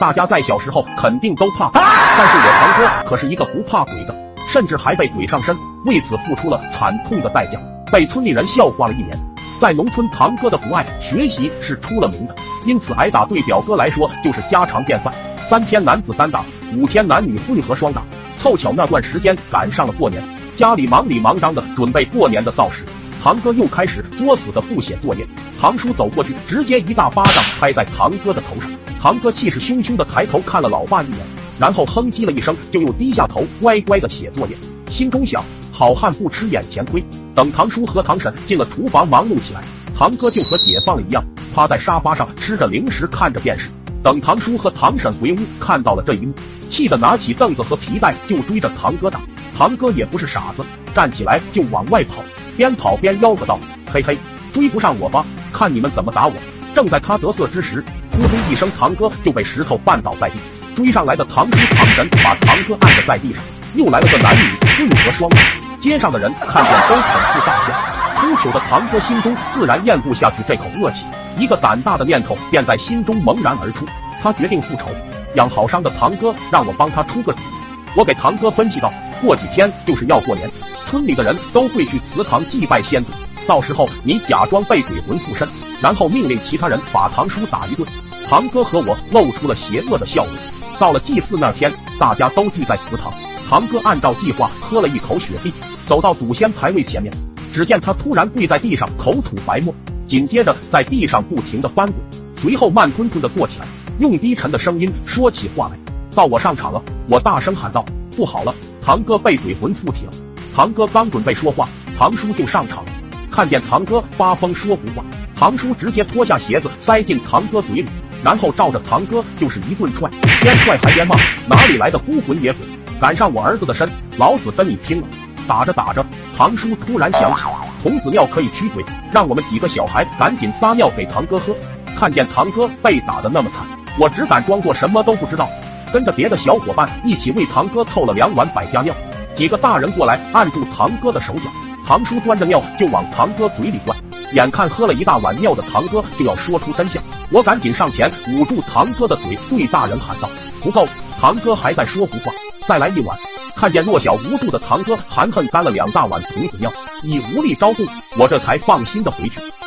大家在小时候肯定都怕鬼，但是我堂哥可是一个不怕鬼的，甚至还被鬼上身，为此付出了惨痛的代价，被村里人笑话了1年。在农村，堂哥的不爱学习是出了名的，因此挨打对表哥来说就是家常便饭。3天男子单打，5天男女混合双打。凑巧那段时间赶上了过年，家里忙里忙张的准备过年的造势，堂哥又开始作死的不写作业。堂叔走过去，直接一大巴掌拍在堂哥的头上。堂哥气势汹汹的抬头看了老爸一眼，然后哼唧了一声，就又低下头乖乖的写作业，心中想：好汉不吃眼前亏。等堂叔和堂婶进了厨房忙碌起来，堂哥就和解放了一样，趴在沙发上吃着零食看着电视。等堂叔和堂婶回屋看到了这一幕，气得拿起凳子和皮带就追着堂哥打。堂哥也不是傻子，站起来就往外跑，边跑边吆喝道：嘿嘿，追不上我吧，看你们怎么打我。正在他得瑟之时，呼噜一声，堂哥就被石头绊倒在地。追上来的堂叔堂婶把堂哥按着在地上，又来了个男女混合双打。街上的人看见都捧腹大笑，出糗的堂哥心中自然咽不下去这口恶气，一个胆大的念头便在心中萌然而出，他决定复仇。养好伤的堂哥让我帮他出个主意。我给堂哥分析道，过几天就是要过年，村里的人都会去祠堂祭拜先祖，到时候你假装被鬼魂附身，然后命令其他人把堂叔打一顿。堂哥和我露出了邪恶的笑容。到了祭祀那天，大家都聚在祠堂，堂哥按照计划喝了一口雪碧，走到祖先牌位前面，只见他突然跪在地上口吐白沫，紧接着在地上不停地翻滚，随后慢吞吞地坐起来，用低沉的声音说起话来。到我上场了，我大声喊道：不好了，堂哥被鬼魂附体了。堂哥刚准备说话，堂叔就上场了。看见堂哥发疯说胡话，堂叔直接脱下鞋子塞进堂哥嘴里，然后照着堂哥就是一顿踹，边踹还边骂：哪里来的孤魂野鬼，敢上我儿子的身，老子跟你拼了。打着打着，堂叔突然想起童子尿可以驱鬼，让我们几个小孩赶紧撒尿给堂哥喝。看见堂哥被打得那么惨，我只敢装作什么都不知道，跟着别的小伙伴一起为堂哥凑了2碗百家尿。几个大人过来按住堂哥的手脚，堂叔端着尿就往堂哥嘴里灌。眼看喝了一大碗尿的堂哥就要说出真相，我赶紧上前捂住堂哥的嘴，对大人喊道：不够！堂哥还在说胡话，再来1碗。看见弱小无助的堂哥含恨干了2大碗童子尿，已无力招供，我这才放心的回去。